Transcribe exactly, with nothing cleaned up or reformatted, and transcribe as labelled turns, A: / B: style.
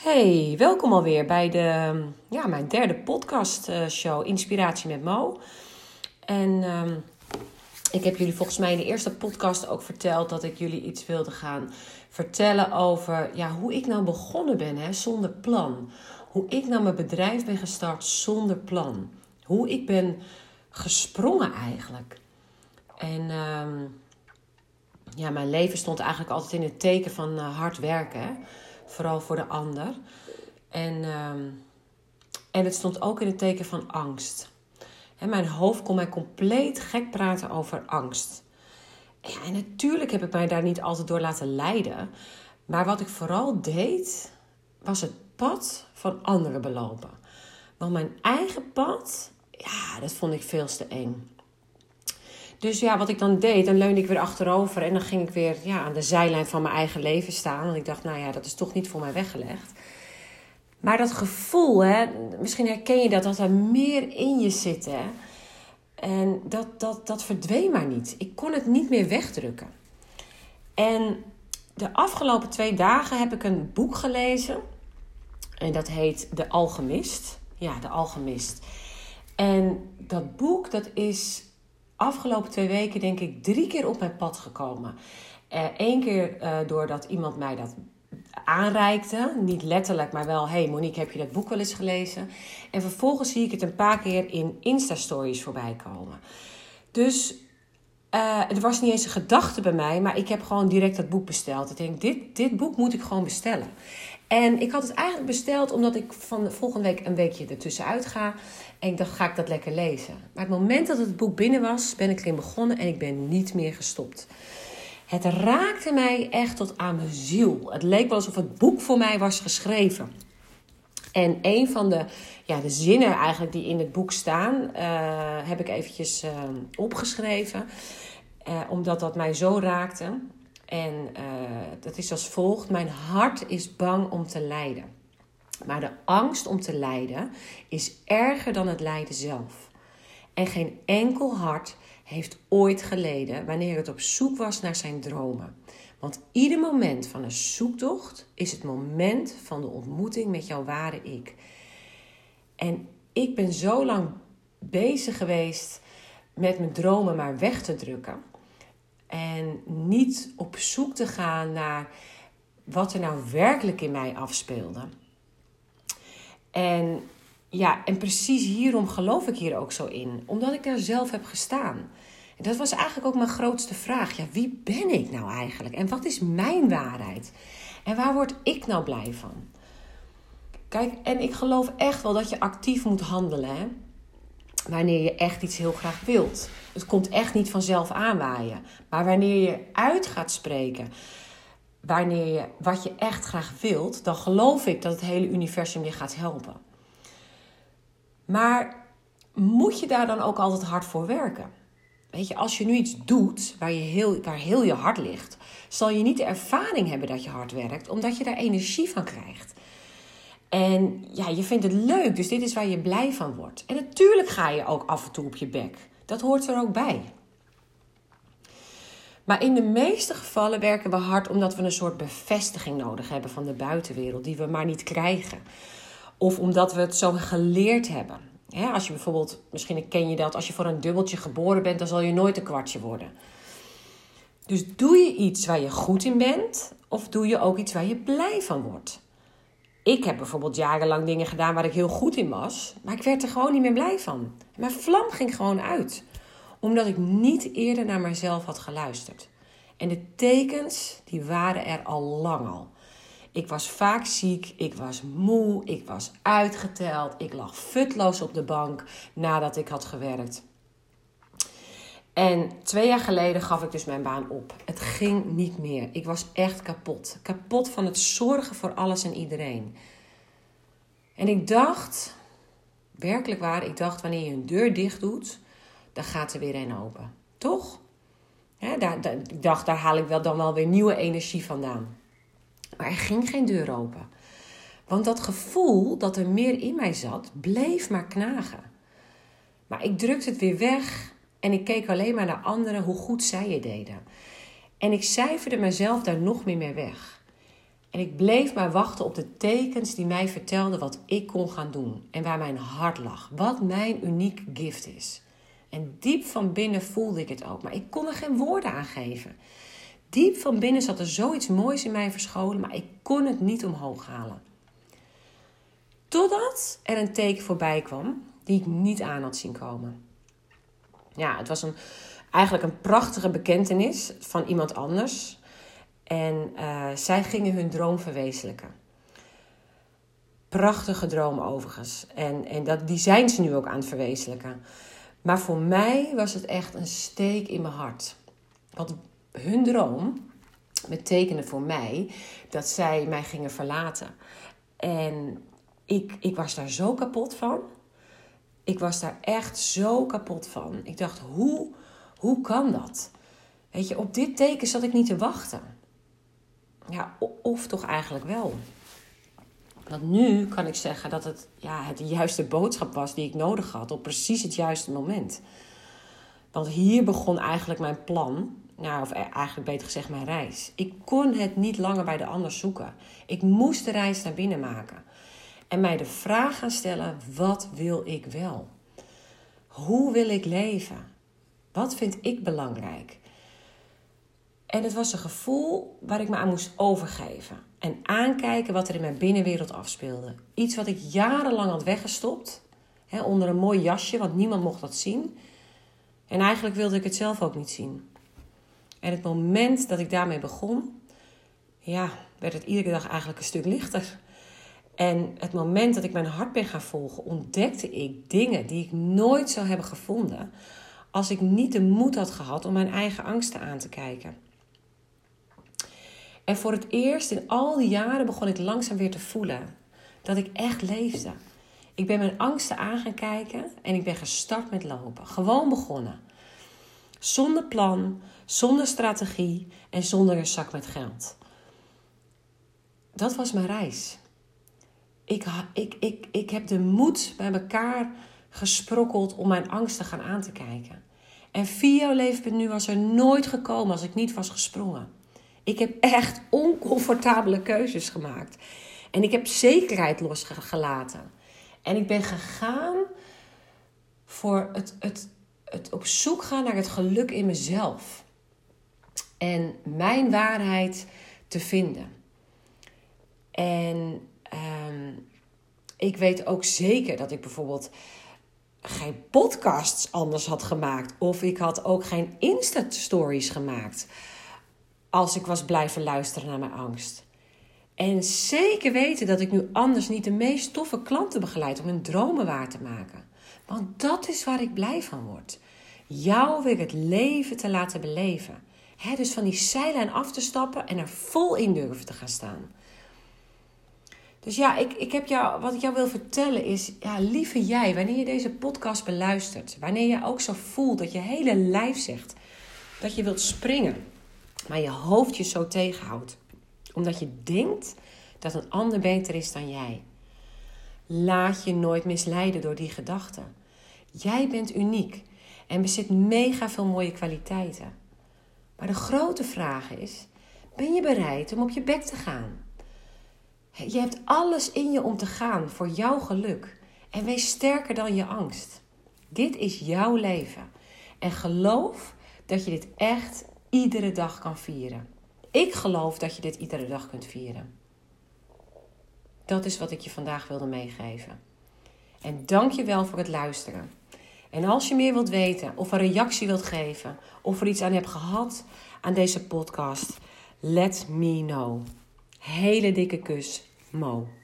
A: Hey, welkom alweer bij de, ja, mijn derde podcast show Inspiratie met Mo. En um, ik heb jullie volgens mij in de eerste podcast ook verteld dat ik jullie iets wilde gaan vertellen over ja, hoe ik nou begonnen ben, hè, zonder plan. Hoe ik nou mijn bedrijf ben gestart zonder plan. Hoe ik ben gesprongen eigenlijk. En um, ja, mijn leven stond eigenlijk altijd in het teken van uh, hard werken, hè. Vooral voor de ander. En, um, en het stond ook in het teken van angst. En mijn hoofd kon mij compleet gek praten over angst. Ja, en natuurlijk heb ik mij daar niet altijd door laten leiden. Maar wat ik vooral deed, was het pad van anderen belopen. Want mijn eigen pad, ja, dat vond ik veel te eng. Dus ja, wat ik dan deed, dan leunde ik weer achterover en dan ging ik weer ja, aan de zijlijn van mijn eigen leven staan. Want ik dacht, nou ja, dat is toch niet voor mij weggelegd. Maar dat gevoel, hè, misschien herken je dat, dat er meer in je zit. Hè? En dat, dat, dat verdween maar niet. Ik kon het niet meer wegdrukken. En de afgelopen twee dagen heb ik een boek gelezen. En dat heet De Alchemist. Ja, De Alchemist. En dat boek, dat is afgelopen twee weken denk ik drie keer op mijn pad gekomen. Eén uh, keer uh, doordat iemand mij dat aanreikte. Niet letterlijk, maar wel, hey Monique, heb je dat boek wel eens gelezen? En vervolgens zie ik het een paar keer in Insta-stories voorbij komen. Dus uh, het was niet eens een gedachte bij mij, maar ik heb gewoon direct dat boek besteld. Ik denk, dit, dit boek moet ik gewoon bestellen. En ik had het eigenlijk besteld omdat ik van volgende week een weekje ertussenuit ga. En ik dacht, ga ik dat lekker lezen. Maar het moment dat het boek binnen was, ben ik erin begonnen en ik ben niet meer gestopt. Het raakte mij echt tot aan mijn ziel. Het leek wel alsof het boek voor mij was geschreven. En een van de, ja, de zinnen eigenlijk die in het boek staan, uh, heb ik eventjes uh, opgeschreven. Uh, omdat dat mij zo raakte. En uh, dat is als volgt. Mijn hart is bang om te lijden. Maar de angst om te lijden is erger dan het lijden zelf. En geen enkel hart heeft ooit geleden wanneer het op zoek was naar zijn dromen. Want ieder moment van een zoektocht is het moment van de ontmoeting met jouw ware ik. En ik ben zo lang bezig geweest met mijn dromen maar weg te drukken. En niet op zoek te gaan naar wat er nou werkelijk in mij afspeelde. En ja, en precies hierom geloof ik hier ook zo in. Omdat ik daar zelf heb gestaan. En dat was eigenlijk ook mijn grootste vraag. Ja, wie ben ik nou eigenlijk? En wat is mijn waarheid? En waar word ik nou blij van? Kijk, en ik geloof echt wel dat je actief moet handelen, hè? Wanneer je echt iets heel graag wilt. Het komt echt niet vanzelf aanwaaien. Maar wanneer je uit gaat spreken, wanneer je wat je echt graag wilt, dan geloof ik dat het hele universum je gaat helpen. Maar moet je daar dan ook altijd hard voor werken? Weet je, als je nu iets doet waar, je heel, waar heel je hart ligt, zal je niet de ervaring hebben dat je hard werkt, omdat je daar energie van krijgt. En ja, je vindt het leuk, dus dit is waar je blij van wordt. En natuurlijk ga je ook af en toe op je bek. Dat hoort er ook bij. Maar in de meeste gevallen werken we hard omdat we een soort bevestiging nodig hebben van de buitenwereld, die we maar niet krijgen. Of omdat we het zo geleerd hebben. Ja, als je bijvoorbeeld, misschien ken je dat, als je voor een dubbeltje geboren bent, dan zal je nooit een kwartje worden. Dus doe je iets waar je goed in bent, of doe je ook iets waar je blij van wordt? Ik heb bijvoorbeeld jarenlang dingen gedaan waar ik heel goed in was, maar ik werd er gewoon niet meer blij van. Mijn vlam ging gewoon uit, omdat ik niet eerder naar mezelf had geluisterd. En de tekens, die waren er al lang al. Ik was vaak ziek, ik was moe, ik was uitgeteld, ik lag futloos op de bank nadat ik had gewerkt. En twee jaar geleden gaf ik dus mijn baan op. Het ging niet meer. Ik was echt kapot. Kapot van het zorgen voor alles en iedereen. En ik dacht, werkelijk waar, ik dacht wanneer je een deur dicht doet, dan gaat er weer een open. Toch? Ja, daar, daar, ik dacht, daar haal ik wel dan wel weer nieuwe energie vandaan. Maar er ging geen deur open. Want dat gevoel dat er meer in mij zat, bleef maar knagen. Maar ik drukte het weer weg en ik keek alleen maar naar anderen hoe goed zij het deden. En ik cijferde mezelf daar nog meer mee weg. En ik bleef maar wachten op de tekens die mij vertelden wat ik kon gaan doen. En waar mijn hart lag. Wat mijn uniek gift is. En diep van binnen voelde ik het ook. Maar ik kon er geen woorden aan geven. Diep van binnen zat er zoiets moois in mij verscholen. Maar ik kon het niet omhoog halen. Totdat er een teken voorbij kwam die ik niet aan had zien komen. Ja, het was een, eigenlijk een prachtige bekentenis van iemand anders. En uh, zij gingen hun droom verwezenlijken. Prachtige droom overigens. En, en dat, die zijn ze nu ook aan het verwezenlijken. Maar voor mij was het echt een steek in mijn hart. Want hun droom betekende voor mij dat zij mij gingen verlaten. En ik, ik was daar zo kapot van. Ik was daar echt zo kapot van. Ik dacht, hoe, hoe kan dat? Weet je, op dit teken zat ik niet te wachten. Ja, of toch eigenlijk wel. Want nu kan ik zeggen dat het, ja, het de juiste boodschap was die ik nodig had. Op precies het juiste moment. Want hier begon eigenlijk mijn plan. Nou, of eigenlijk beter gezegd mijn reis. Ik kon het niet langer bij de ander zoeken. Ik moest de reis naar binnen maken. En mij de vraag gaan stellen, wat wil ik wel? Hoe wil ik leven? Wat vind ik belangrijk? En het was een gevoel waar ik me aan moest overgeven. En aankijken wat er in mijn binnenwereld afspeelde. Iets wat ik jarenlang had weggestopt. Hè, onder een mooi jasje, want niemand mocht dat zien. En eigenlijk wilde ik het zelf ook niet zien. En het moment dat ik daarmee begon, ja, werd het iedere dag eigenlijk een stuk lichter. En het moment dat ik mijn hart ben gaan volgen, ontdekte ik dingen die ik nooit zou hebben gevonden als ik niet de moed had gehad om mijn eigen angsten aan te kijken. En voor het eerst in al die jaren begon ik langzaam weer te voelen dat ik echt leefde. Ik ben mijn angsten aan gaan kijken en ik ben gestart met lopen. Gewoon begonnen. Zonder plan, zonder strategie en zonder een zak met geld. Dat was mijn reis. Ik, ik, ik, ik heb de moed bij elkaar gesprokkeld om mijn angsten gaan aan te kijken. En Vio Leefpunt Nu was er nooit gekomen als ik niet was gesprongen. Ik heb echt oncomfortabele keuzes gemaakt. En ik heb zekerheid losgelaten. En ik ben gegaan voor het, het, het op zoek gaan naar het geluk in mezelf. En mijn waarheid te vinden. En um, ik weet ook zeker dat ik bijvoorbeeld geen podcasts anders had gemaakt. Of ik had ook geen Insta-stories gemaakt. Als ik was blijven luisteren naar mijn angst. En zeker weten dat ik nu anders niet de meest toffe klanten begeleid om hun dromen waar te maken. Want dat is waar ik blij van word. Jou weer het leven te laten beleven. He, dus van die zijlijn af te stappen en er vol in durven te gaan staan. Dus ja, ik, ik heb jou, wat ik jou wil vertellen is, ja, lieve jij, wanneer je deze podcast beluistert, wanneer je ook zo voelt dat je hele lijf zegt dat je wilt springen, maar je hoofd je zo tegenhoudt, omdat je denkt dat een ander beter is dan jij. Laat je nooit misleiden door die gedachten. Jij bent uniek en bezit mega veel mooie kwaliteiten. Maar de grote vraag is, ben je bereid om op je bek te gaan? Je hebt alles in je om te gaan voor jouw geluk. En wees sterker dan je angst. Dit is jouw leven. En geloof dat je dit echt iedere dag kan vieren. Ik geloof dat je dit iedere dag kunt vieren. Dat is wat ik je vandaag wilde meegeven. En dank je wel voor het luisteren. En als je meer wilt weten of een reactie wilt geven of er iets aan hebt gehad aan deze podcast, let me know. Hele dikke kus, Mo.